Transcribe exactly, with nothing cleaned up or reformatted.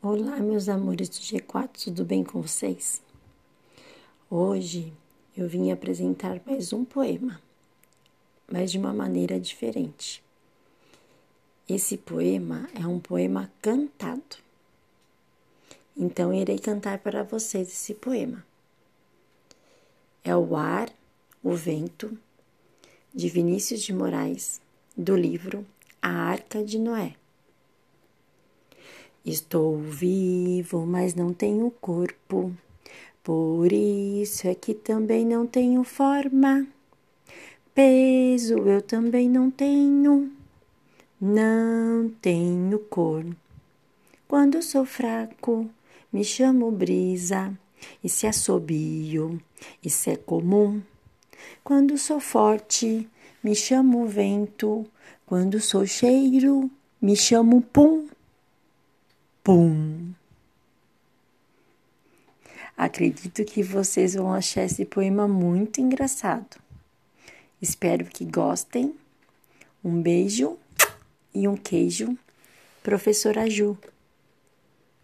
Olá, meus amores do G quatro, tudo bem com vocês? Hoje eu vim apresentar mais um poema, mas de uma maneira diferente. Esse poema é um poema cantado, então irei cantar para vocês esse poema. É O Ar, o Vento, de Vinícius de Moraes, do livro A Arca de Noé. Estou vivo, mas não tenho corpo, por isso é que também não tenho forma. Peso eu também não tenho, não tenho cor. Quando sou fraco, me chamo brisa, e se assobio, isso é comum. Quando sou forte, me chamo vento, quando sou cheiro, me chamo pum. Pum! Acredito que vocês vão achar esse poema muito engraçado. Espero que gostem. Um beijo e um queijo, Professora Ju.